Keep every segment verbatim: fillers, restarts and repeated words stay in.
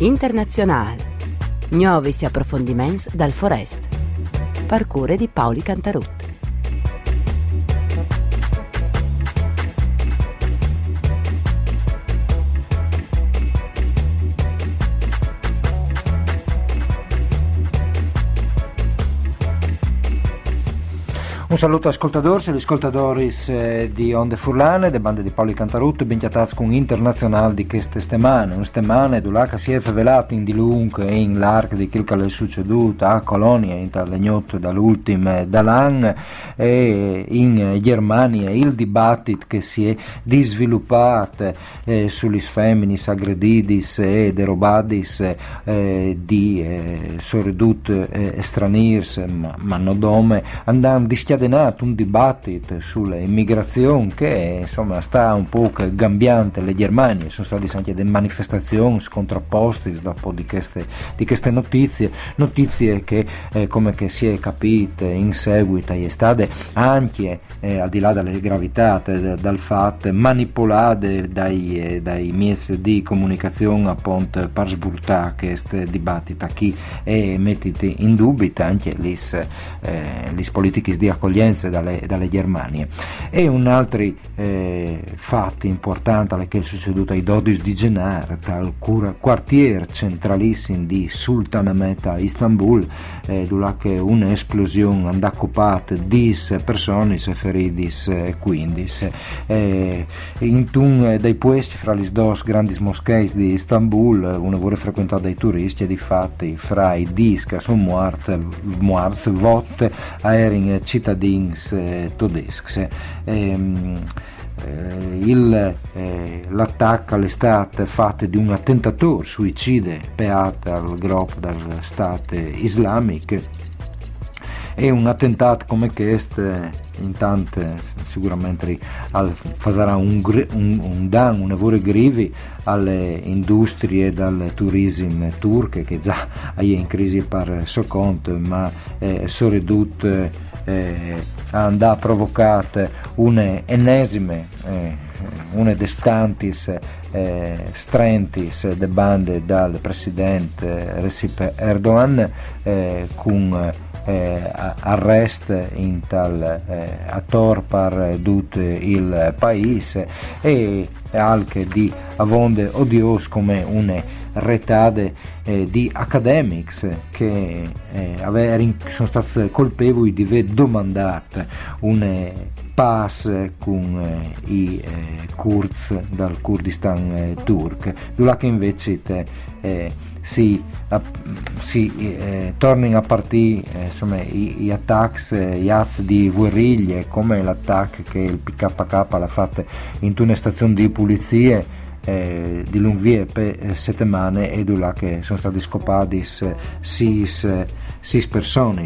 internazionale. Nuovi approfondimenti dal Forest. Parcure di Paoli Cantarutti. Un saluto ascoltatori e ascoltatori eh, di Onde Furlane, de bande di Paoli Cantarut, ben chiattats con internazionale di queste settimane. Una settimana dove si è rivelato in di lungo e in largo di quel che è succeduto a Colonia, in tal legnoto dall'ultimo dall'anno, e in Germania il dibattito che si è disviluppato eh, sugli femminis aggredidis e derobadis eh, di eh, sorredut eh, straniers, ma, ma non dome, andando di schiadenato un dibattito sulle immigrazioni che insomma sta un po' cambiante le Germanie. Sono state anche delle manifestazioni contrapposte dopo di queste, di queste notizie notizie che eh, come che si è capito in seguito è state anche eh, al di là delle gravità eh, dal fatto manipolate dai, eh, dai mezzi di comunicazione appunto per sburtare questo dibattito qui e mettiti in dubito anche le eh, politiche di accoglienza dalle, dalle Germanie. E un altro eh, fatto importante che è succeduto ai dodici di gennaio dal quartiere centralissimo di Sultanahmet a Istanbul, eh, dove un'esplosione ha occupato dieci persone e feriti quindici. Eh, in un dei posti fra le due grandi moschee di Istanbul, una vuole frequentata dai turisti e di fatti fra i dieci che sono morti, morti vote erano cittadini tedeschi. Ehm, eh, il, eh, l'attacco all'estate fatto di un attentatore suicide peato al gruppo del Stato islamico. E un attentato come questo intanto sicuramente farà un, un, un danno, un lavoro grivi alle industrie del turismo turche che già è in crisi per suo conto, ma eh, soprattutto eh, andrà a provocare un'ennesime eh, una destantis eh, strentis de bande dal presidente Recep Erdogan eh, con eh, arrest in tal eh, attor per tutto il paese e anche di avonde odios come une retade eh, di academics che eh, sono stati colpevoli di aver domandato un pass con eh, i eh, Kurds dal Kurdistan eh, turco, dove che invece te, eh, si, a, si eh, tornano a partire eh, insomma i, i attacchi, eh, gli atti di guerriglie come l'attacco che il P K K l'ha fatto in una stazione di pulizie Eh, di lunghe per eh, settimane e dove che sono stati scopati sei persone.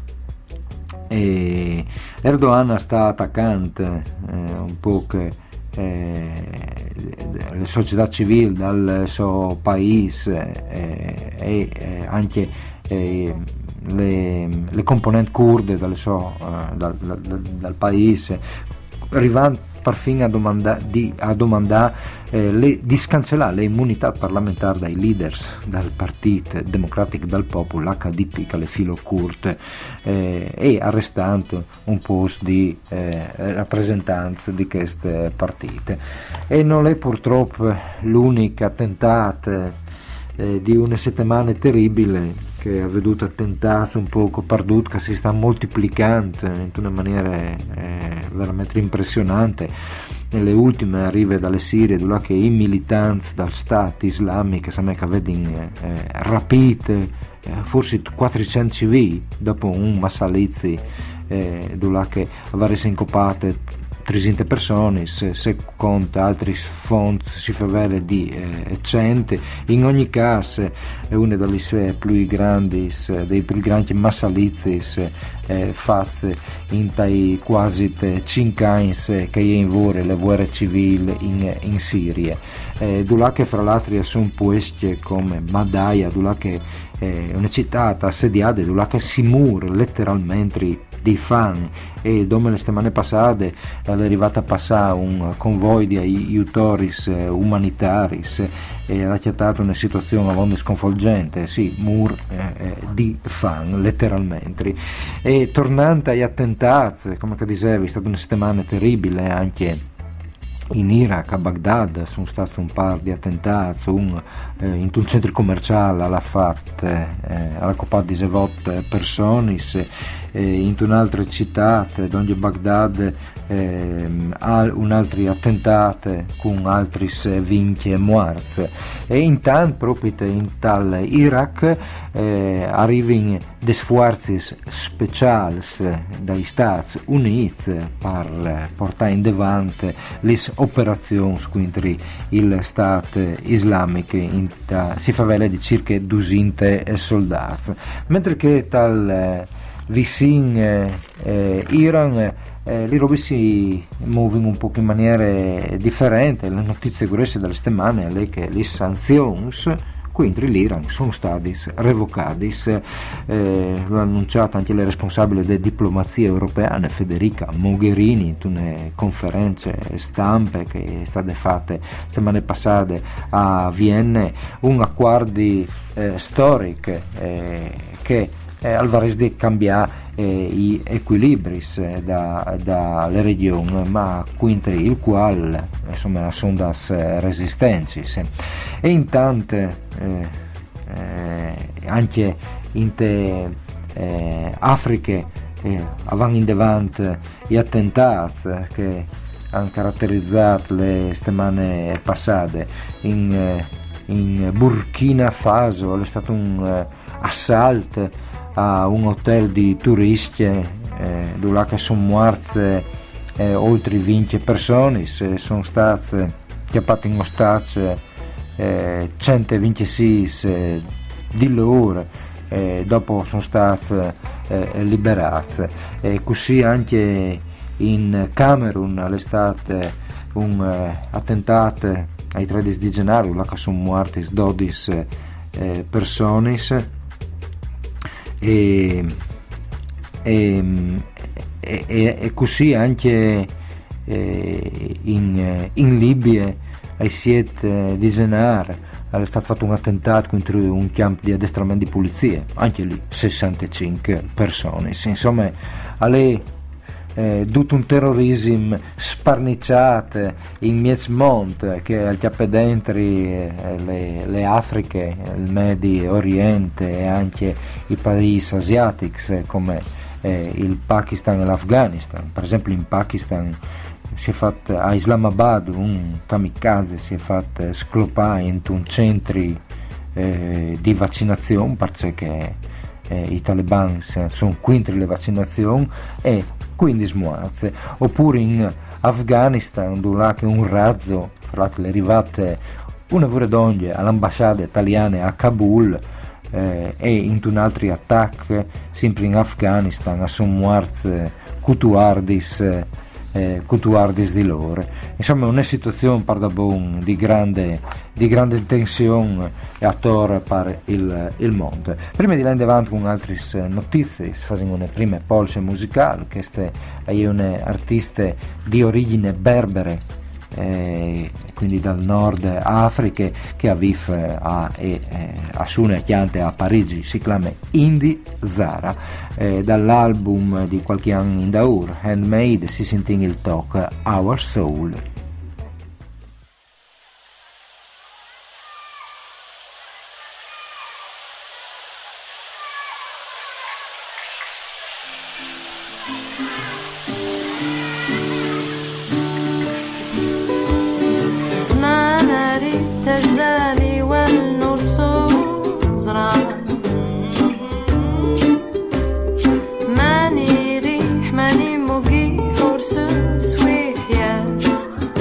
E Erdogan sta attaccando eh, un po' che eh, le società civili dal suo paese eh, e eh, anche eh, le, le componenti kurde dal, suo, uh, dal, dal, dal paese, arrivando perfino a domandare di, a domandare eh, le, di scancellare le immunità parlamentari dai leaders dal Partito Democratico del Popolo, l'H D P, che è le filo curte, eh, e arrestando un posto di eh, rappresentanza di queste partite. E non è purtroppo l'unica attentato eh, di una settimana terribile che ha veduto attentato un poco perduto, che si sta moltiplicando in una maniera eh, veramente impressionante. Nelle ultime arrive dalle Sirie, dove che i militanti del Stato islamico che vedono eh, rapite eh, forse quattrocento civili dopo un massalizzi eh, dove che aveva sincopate trecento persone, se, se conta altri fonti si favela di eh, cento. In ogni caso è una delle sue più grandi, dei più grandi massalizi eh, fatte in tai quasi cinque anni che è in vore le guerre civili in, in Siria. Eh, dove che fra l'altro sono posti come Madaya, dove che è una città assediata, dove che si mura letteralmente dei fan, e dopo le settimane passate è arrivata a passare un convoglio di aiutoris umanitaris e ha chiamato una situazione a volte sconvolgente, sì, mur eh, di fan letteralmente. E tornando agli attentati, come che dicevi, è stata una settimana terribile anche in Iraq, a Baghdad sono stati un par di attentati, un, eh, in un centro commerciale alla Fat, eh, alla Coppa di diciotto persone, eh, in un'altra città, donde Baghdad, eh, un altro attentato con altri venti e morti. E intanto proprio in tal Iraq eh, arrivano dei sforzi speciali dagli Stati Uniti per portare in avanti le operazioni contro il Stato islamico, in ta, si favela di circa duecento soldati, mentre che tal eh, vicino eh, eh, Iran Eh, le robe si muovono un po' in maniera differente. Le notizie grosse delle settimane è che le sanzioni contro l'Iran sono state revocate, eh, lo ha annunciato anche la responsabile della diplomazia europea Federica Mogherini in una conferenza stampe che è stata fatta settimane passate a Vienna, un accordo eh, storico eh, che eh, al varese di cambiare Eh, gli equilibri eh, da, dalle regioni, ma contro il quale insomma sono da resistenze. E intanto eh, eh, anche in te eh, Africa eh, avanti in davanti gli attentati che hanno caratterizzato le settimane passate in, eh, in Burkina Faso. È stato un eh, assalto a un hotel di turisti eh, dove sono morte eh, oltre venti persone, sono state chiappate in ostaggio eh, centoventisei eh, di loro, eh, dopo sono state eh, liberate. E così anche in Camerun è stato un eh, attentato ai tredici di gennaio, là che sono morte dodici eh, persone. E, e, e, e così anche eh, in, in Libia ai sette di gennaio è stato fatto un attentato contro un campo di addestramento di polizia, anche lì sessantacinque persone. Insomma, alle Eh, tutto un terrorismo sparniciato in mezzo mondo che al chiappe dentro eh, le, le Afriche, il Medio Oriente e anche i paesi asiatici come eh, il Pakistan e l'Afghanistan. Per esempio in Pakistan si è fatto a Islamabad un kamikaze si è fatto sclopare in un centro eh, di vaccinazione perché eh, i talebani sono contro le vaccinazioni e quindi smuazze. Oppure in Afghanistan dove che un razzo fra l'altro è arrivato una vera donne all'ambasciata italiana a Kabul eh, e in un altro attacco sempre in Afghanistan a sono morte cutuardis eh, cutuardis di loro. Insomma è una situazione per da bon di grande di grande tensione e attorno per il, il mondo. Prima di andare avanti con altre notizie, facciamo una prima polce musicale. Questa è un'artista di origine berbere, eh, quindi dal nord Africa, che vive a, eh, a Sune Chiante a Parigi. Si chiama Indy Zara, eh, dall'album di qualche anno in daur Handmade si sente il talk Our Soul. ماني ريح ماني موجي حرس سويح يا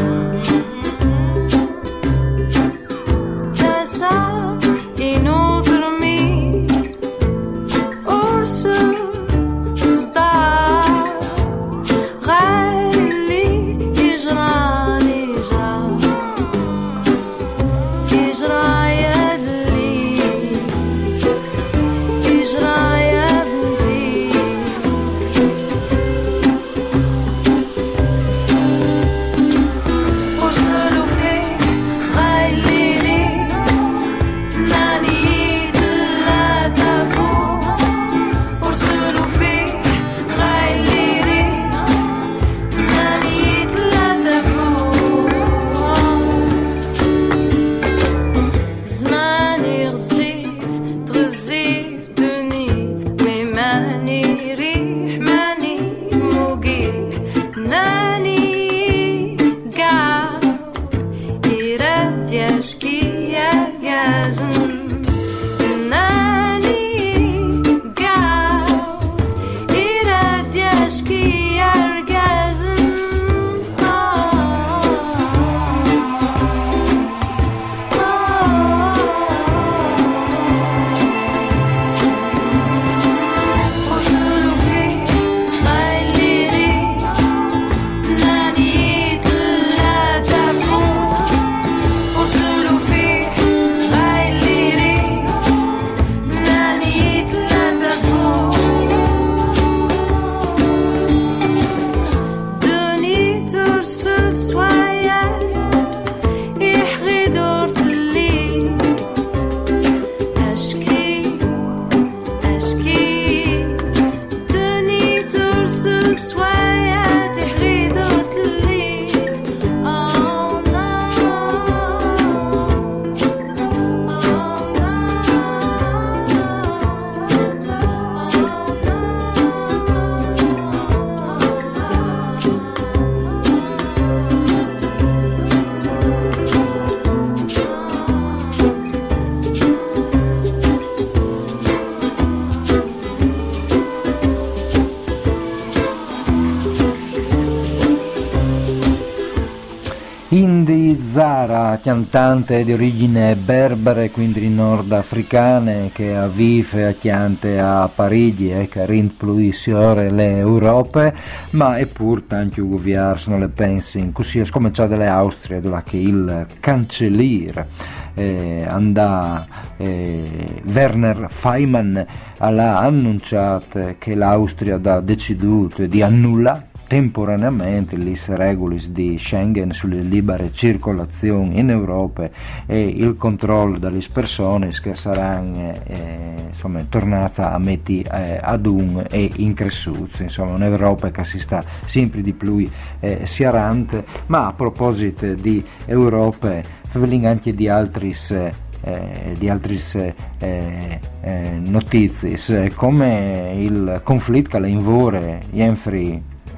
Indy Zara, cantante di origine berbere, quindi nordafricane, che a vive a chiante a Parigi e che rinpluisce le Europe, ma eppur tanti ugoviar sono le pensi, così è scominciata le Austrie, dove che il cancelliere eh, andà eh, Werner Faymann ha annunciato che l'Austria ha deciduto di annullare temporaneamente le regole di Schengen sulle libere circolazioni in Europa e il controllo delle persone che saranno eh, insomma, tornate a metti eh, ad un e incresciuti, insomma un'Europa che si sta sempre di più eh, siarante. Ma a proposito di Europa, parliamo anche di altri Eh, di altre eh, eh, notizie, come il conflitto che invore Jenfri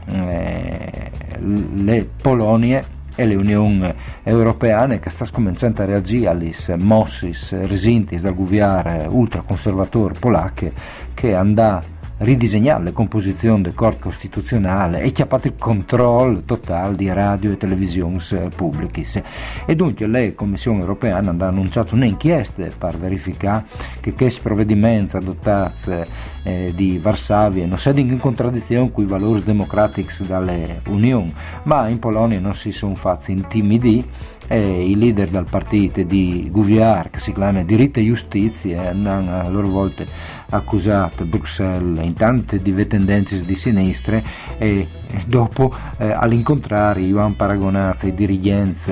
eh, le Polonie e l'Unione Europea, che sta cominciando a reagire alle mossis resintis dal governo ultraconservatore polacco, che andà ridisegnare le composizioni del corpo costituzionale e chiappato il controllo totale di radio e televisioni pubbliche. E dunque la Commissione Europea ha annunciato un'inchiesta per verificare che questi provvedimenti adottati eh, di Varsavia non sono in contraddizione con i valori democratici dall'Unione, ma in Polonia non si sono fatti intimidire. E i leader del partito di Guviar, che si chiama Diritto e Giustizia, hanno a loro volta accusato Bruxelles in tante di tendenze di sinistra e dopo eh, all'incontrario hanno paragonato i dirigenti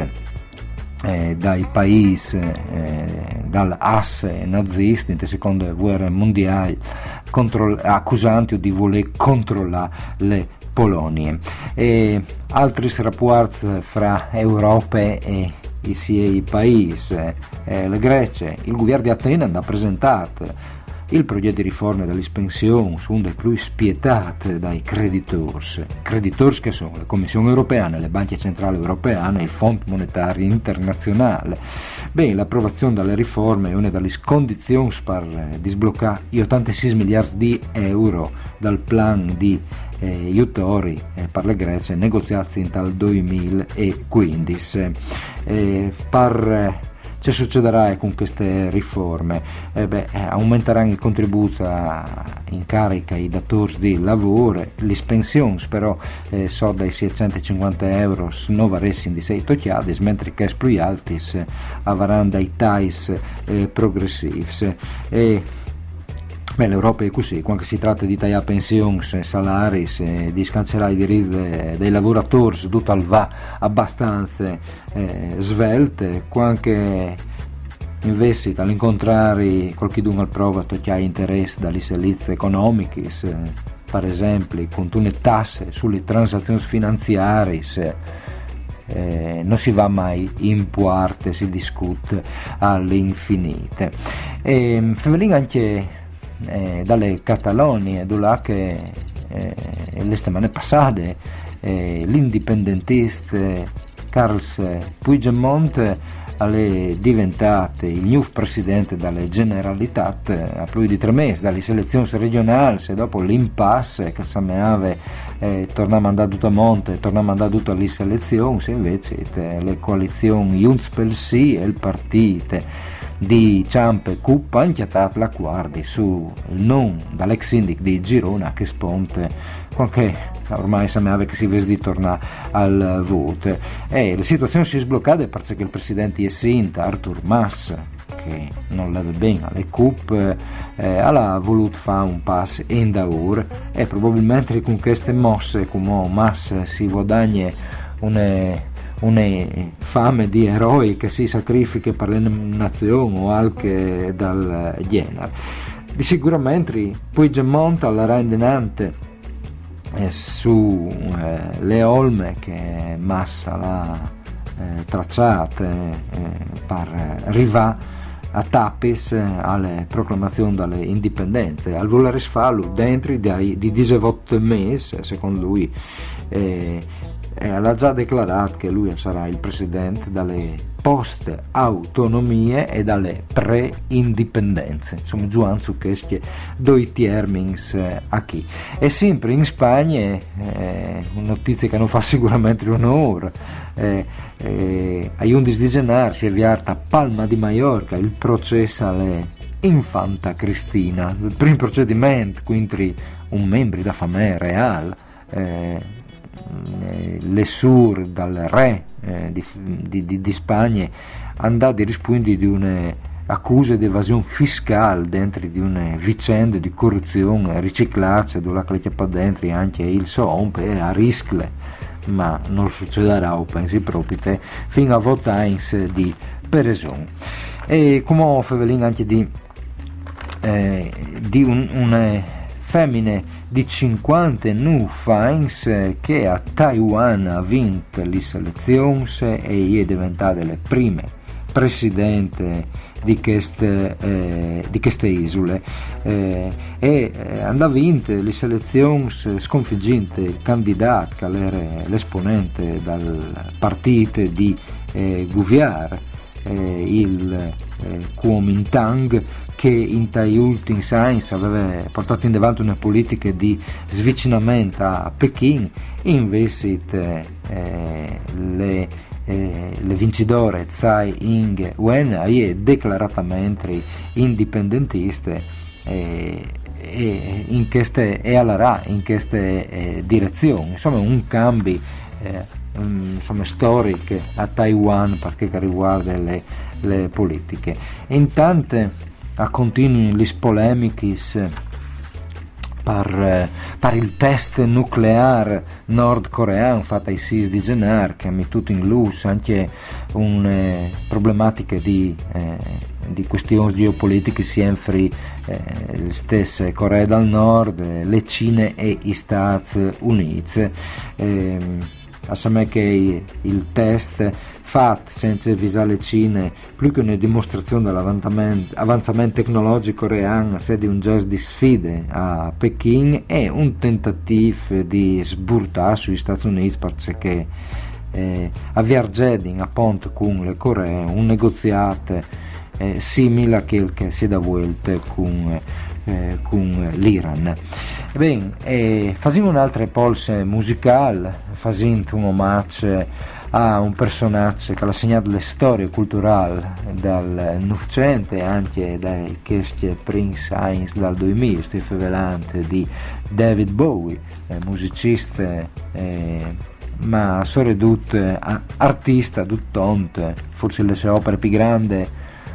eh, dai paesi eh, dall'asse nazista in seconda guerra mondiale contro, accusando di voler controllare le Polonie. E altri rapporti fra Europa e i suoi paesi, eh, la Grecia, il governo di Atene ha presentato il progetto di riforma delle pensioni su un più spietate dai creditori, creditori che sono la Commissione Europea, le banche centrali europee e il Fondo Monetario Internazionale. Beh, l'approvazione delle riforme è una delle condizioni per sbloccare gli ottantasei miliardi di euro dal plan di eh, aiutori eh, per le Grecia negoziati in tal duemilaquindici. Eh, per Che succederà con queste riforme? Eh beh, aumenteranno il contributo in carica ai datori di lavoro, le pensioni però eh, so dai seicentocinquanta euro non varessero di sei tocchiadi, mentre che più alti avranno dai tais eh, progressivi. E Beh, l'Europa è così, quando si tratta di tagliare pensioni, salari, di scancellare i diritti dei, dei lavoratori, tutto al va abbastanza eh, svelte, quando invece all'incontrario qualcuno al provato che ha interesse dalle servizi economiche, per esempio con une tasse sulle transazioni finanziarie, Eh, non si va mai in parte, si discute all'infinite. E anche eh, dalle Catalonie, dove che eh, le settimane passate eh, l'indipendentista Carles Puigdemont è diventato il nuovo presidente della Generalitat a più di tre mesi dalle selezioni regionali, e dopo l'impasse che sembrava eh, tornare a mandare tutto a monte, tornare a mandare tutto alle selezioni, se invece eh, le coalizioni Junts pel Sì e il partito di Ciampe Cup hanno chiatato la guardia su il non dall'ex sindic di Girona che sponte qualche ormai sembrava che si vede di tornare al voto, e la situazione si è sbloccata perché il presidente Jesint Artur Mas, che non la vede bene alle Cup, eh, ha voluto fare un passo in daur, e probabilmente con queste mosse come Mas si guadagna una una fame di eroi che si sacrifica per le nazioni o anche dal genere. Di sicuramente Puigdemont alla rendenante eh, su eh, le olme che Massa l'ha eh, tracciate eh, per arrivare a Tapis eh, alle proclamazioni delle indipendenze, al voler farlo dentro dai, di diciotto mesi, secondo lui, eh, eh, ha già dichiarato che lui sarà il presidente dalle post-autonomie e dalle pre-indipendenze, insomma giù anzu che due termini eh, a chi. E sempre in Spagna, eh, una notizia che non fa sicuramente onore, eh, eh, a undici di gennaio si è avviato a Palma di Mallorca il processo alle Infanta Cristina, il primo procedimento quindi un membro da famiglia reale, eh, le sur dal re eh, di, di, di Spagna andati a rispondere di un'accusa di evasione fiscale dentro di una vicenda di corruzione, riciclaggio, dove la chiappa dentro anche il sompe a riscle, ma non succederà, pensi proprio te, fino a votare di peresone. E come ho fatto anche di, eh, di un, una femmine di cinquanta anni fa che a Taiwan ha vinto le elezioni e è diventata la prima presidente di queste, eh, di queste isole eh, e eh, andò a vincere le elezioni sconfiggendo il candidato che era l'esponente dal partito di eh, Guviar, eh, il eh, Kuomintang, che in tai ultimi anni aveva portato in avanti una politica di svicinamento a Pechino, invece eh, le, eh, le vincitore Tsai Ing-wen è dichiaratamente indipendentista eh, e, in queste, e alla in queste eh, direzioni, insomma un cambio eh, insomma, storico a Taiwan per che riguarda le, le politiche. Intanto a continuano le polemiche per, per il test nucleare nordcoreano fatto il sei di gennaio, che ha messo in luce anche una problematica di, eh, di questioni geopolitiche sempre eh, le stesse Corea del Nord, le Cine e gli Stati Uniti. Eh, a me che il test fatto senza avvisare le Cine più che una dimostrazione dell'avanzamento tecnologico coreano se di un gioco di sfide a Pechino è un tentativo di sburtare sugli Stati Uniti perché eh, avviare Jedin appunto con le Coree un negoziato eh, simile a quel che si è da vuelta con Eh, con l'Iran. Bene, eh, facciamo un'altra polse musicale, facendo un omaggio a un personaggio che ha segnato le storie culturali dal Novecento e anche dai Kestie Prince Heinz dal duemila, Steve Velante di David Bowie, eh, musicista eh, ma soprattutto eh, artista d'uttonte, forse le sue opere più grandi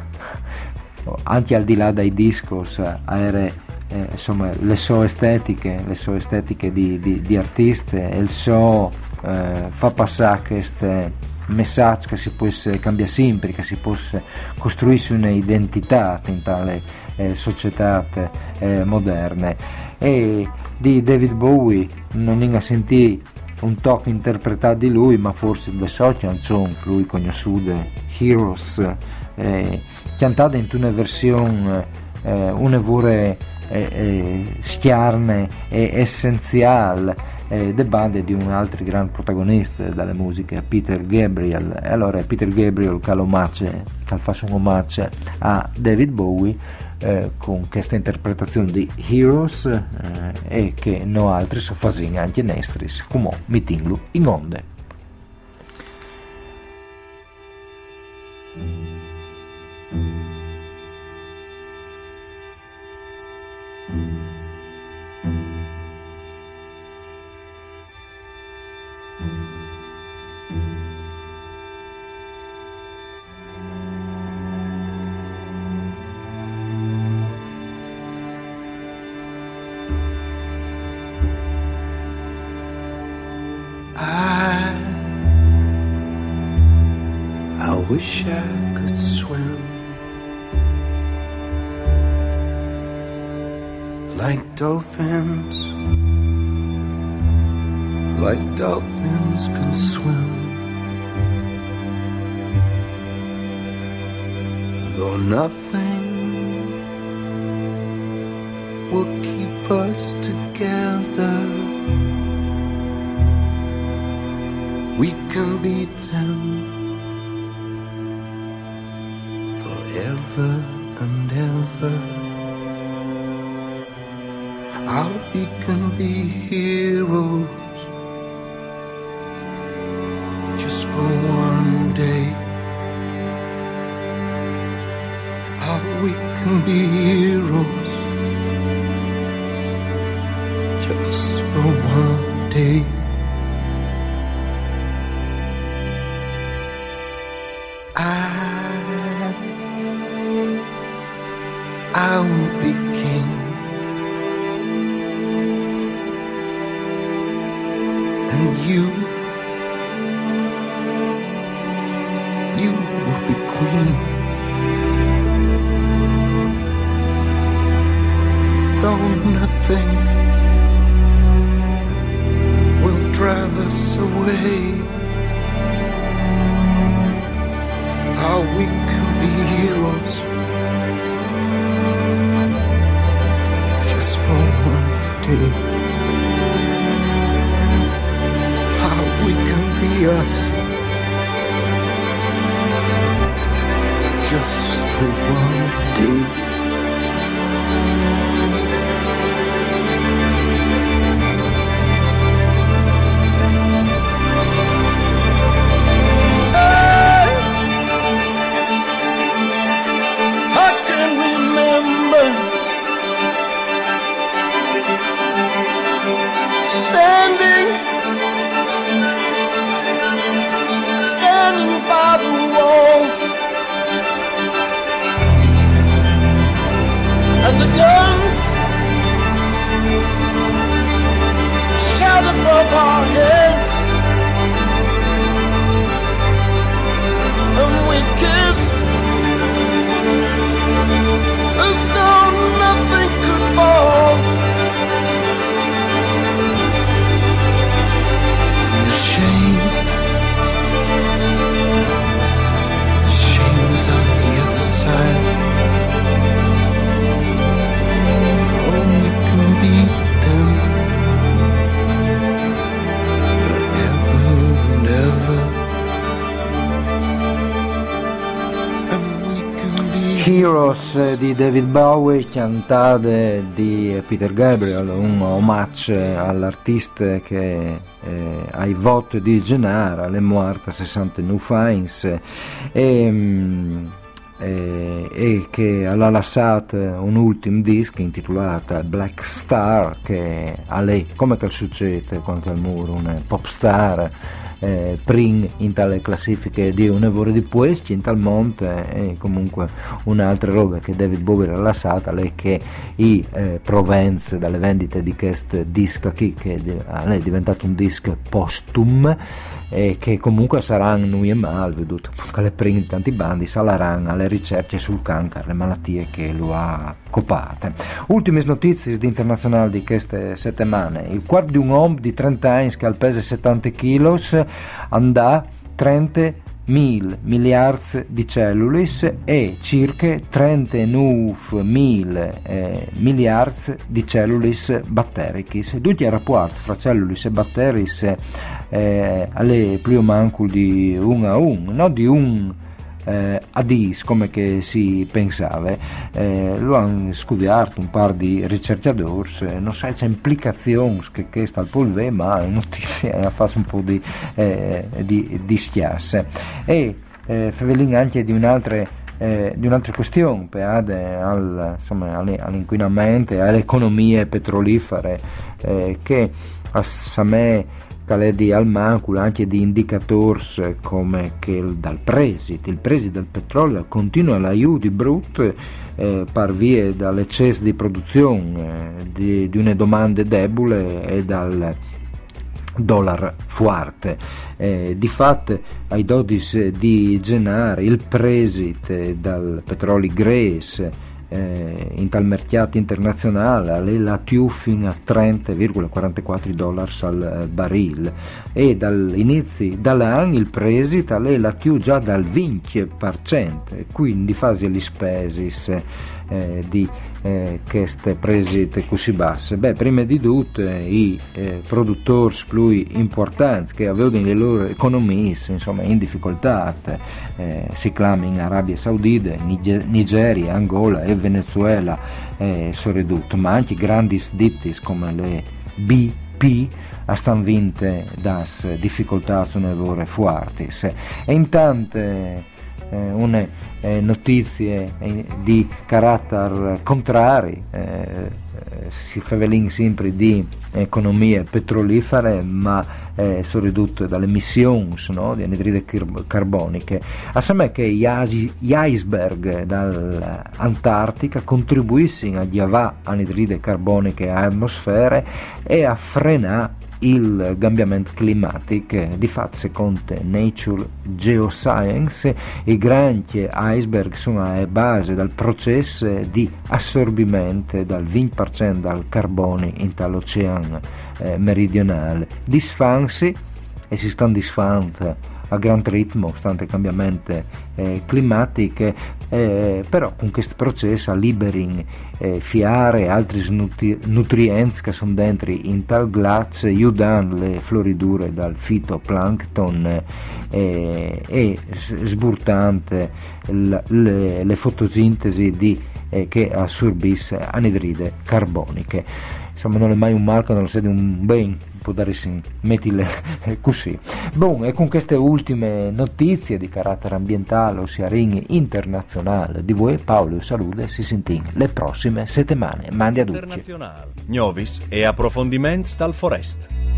anche al di là dai discos eh, insomma le sue estetiche le sue estetiche di, di, di artiste e il suo eh, fa passare questo messaggio che si può cambiare sempre, che si può costruire un'identità in tale eh, società eh, moderne. E di David Bowie non ne sentì un tocco interpretato di lui, ma forse le sue canzoni lui conosciute Heroes eh, cantate in una versione eh, una vore eh, eh, schiarne e essenziale eh, de bande di un altro grande protagonista delle musiche, Peter Gabriel. E allora Peter Gabriel che lo mace, che fa un omaggio a David Bowie eh, con questa interpretazione di Heroes eh, e che no altri so fasin anche nestris come meetinglu in onde. Wish I could swim like dolphins, like dolphins can swim. Though nothing will keep us together, we can beat them forever and ever. How we can be heroes just for one day. How we can be heroes just for one day. I, I will be king, and you, you will be queen. Though nothing will drive us away, how we can be heroes just for one day. How we can be us just for one day. And the guns shout above our heads, and we kiss as though nothing could fall. And the shame, the shame is on the other side. Beat them forever and ever, and we can be Heroes di David Bowie, cantate di Peter Gabriel, un omaggio all'artista che eh, ai voti di Genara, le morte sessantanove anni, e E, e che ha lasciato un ultimo disco intitolato Black Star, che a lei, come che succede quando al muro un pop star eh, prim in tale classifiche di un evore di poesia in tal monte, e comunque un'altra roba che David Bowie ha lasciato, lei che i eh, provenze dalle vendite di questo disco qui, che a lei è diventato un disco postum, e che comunque saranno noi e mal veduto che le prime tanti bandi saranno alle ricerche sul cancro, le malattie che lo ha copate. Ultime notizie di internazionali di queste settimane: il quarto di un uomo di trenta anni che al pesa settanta chili andà trenta mille miliardi di cellule e circa trentanove mille eh, miliardi di cellule batteriche. Dunque il rapporto fra cellule e batteri eh, alle più manco di un a un, non di un eh, a dieci come che si pensava. Eh, lo hanno studiato un par di ricercatori, eh, non so c'è implicazioni che questa al polve, ma è notizia fa un po' di, eh, di, di schiasse. E eh, Fevelin anche di un'altra Eh, di un'altra questione al, insomma, all'inquinamento e alle economie petrolifere eh, che a me di al mancula anche di indicatori come che il, dal presito il presito del petrolio continua l'aiuto brutto eh, par via dall'eccesso di produzione eh, di, di una domanda debole e dal dollaro forte. Eh, di fatto ai dodici di gennaio il presito dal petrolio gresso eh, in tal mercato internazionale è la più fino a trenta virgola quarantaquattro dollari al barile, e dall'inizio dall'anno il presito è la più già dal venti per cento, quindi fase gli spesi eh, di eh, queste prese così basse? Beh, prima di tutto eh, i eh, produttori più importanti che avevano le loro economie insomma in difficoltà, eh, si chiamano in Arabia Saudita, Niger- Nigeria, Angola e Venezuela eh, sono ridotti, ma anche grandi ditte come le B P stanno vinte da difficoltà sono forti. E intanto eh, una eh, notizie eh, di carattere contrario, eh, si fa sempre di economie petrolifere, ma eh, sono ridotte dalle emissioni, no, di anidride carboniche. A me che gli iceberg dall'Antartica contribuiscono a diavare anidride carboniche all'atmosfera e a frenare il cambiamento climatico. Di fatto, secondo Nature Geoscience, i grandi iceberg sono a base del processo di assorbimento del venti per cento del carbone in dall'oceano eh, meridionale. Disfansi e si stanno disfando a gran ritmo, stante il cambiamento eh, climatico, eh, però con questo processo liberano eh, fiare e altri nutri- nutrienti che sono dentro in tal ghiaccio, aiutano le floridure dal fitoplancton eh, e sburtante l- le, le fotosintesi di, eh, che assorbisce anidride carboniche. Insomma, non è mai un male che non sia di un bene, può dare mettile così. Bon, e con queste ultime notizie di carattere ambientale, ossia ring internazionale, di voi Paolo saluta e si sentin le prossime settimane. Mandi a tutti. Internazionale, Novis e approfondimenti dal Forest.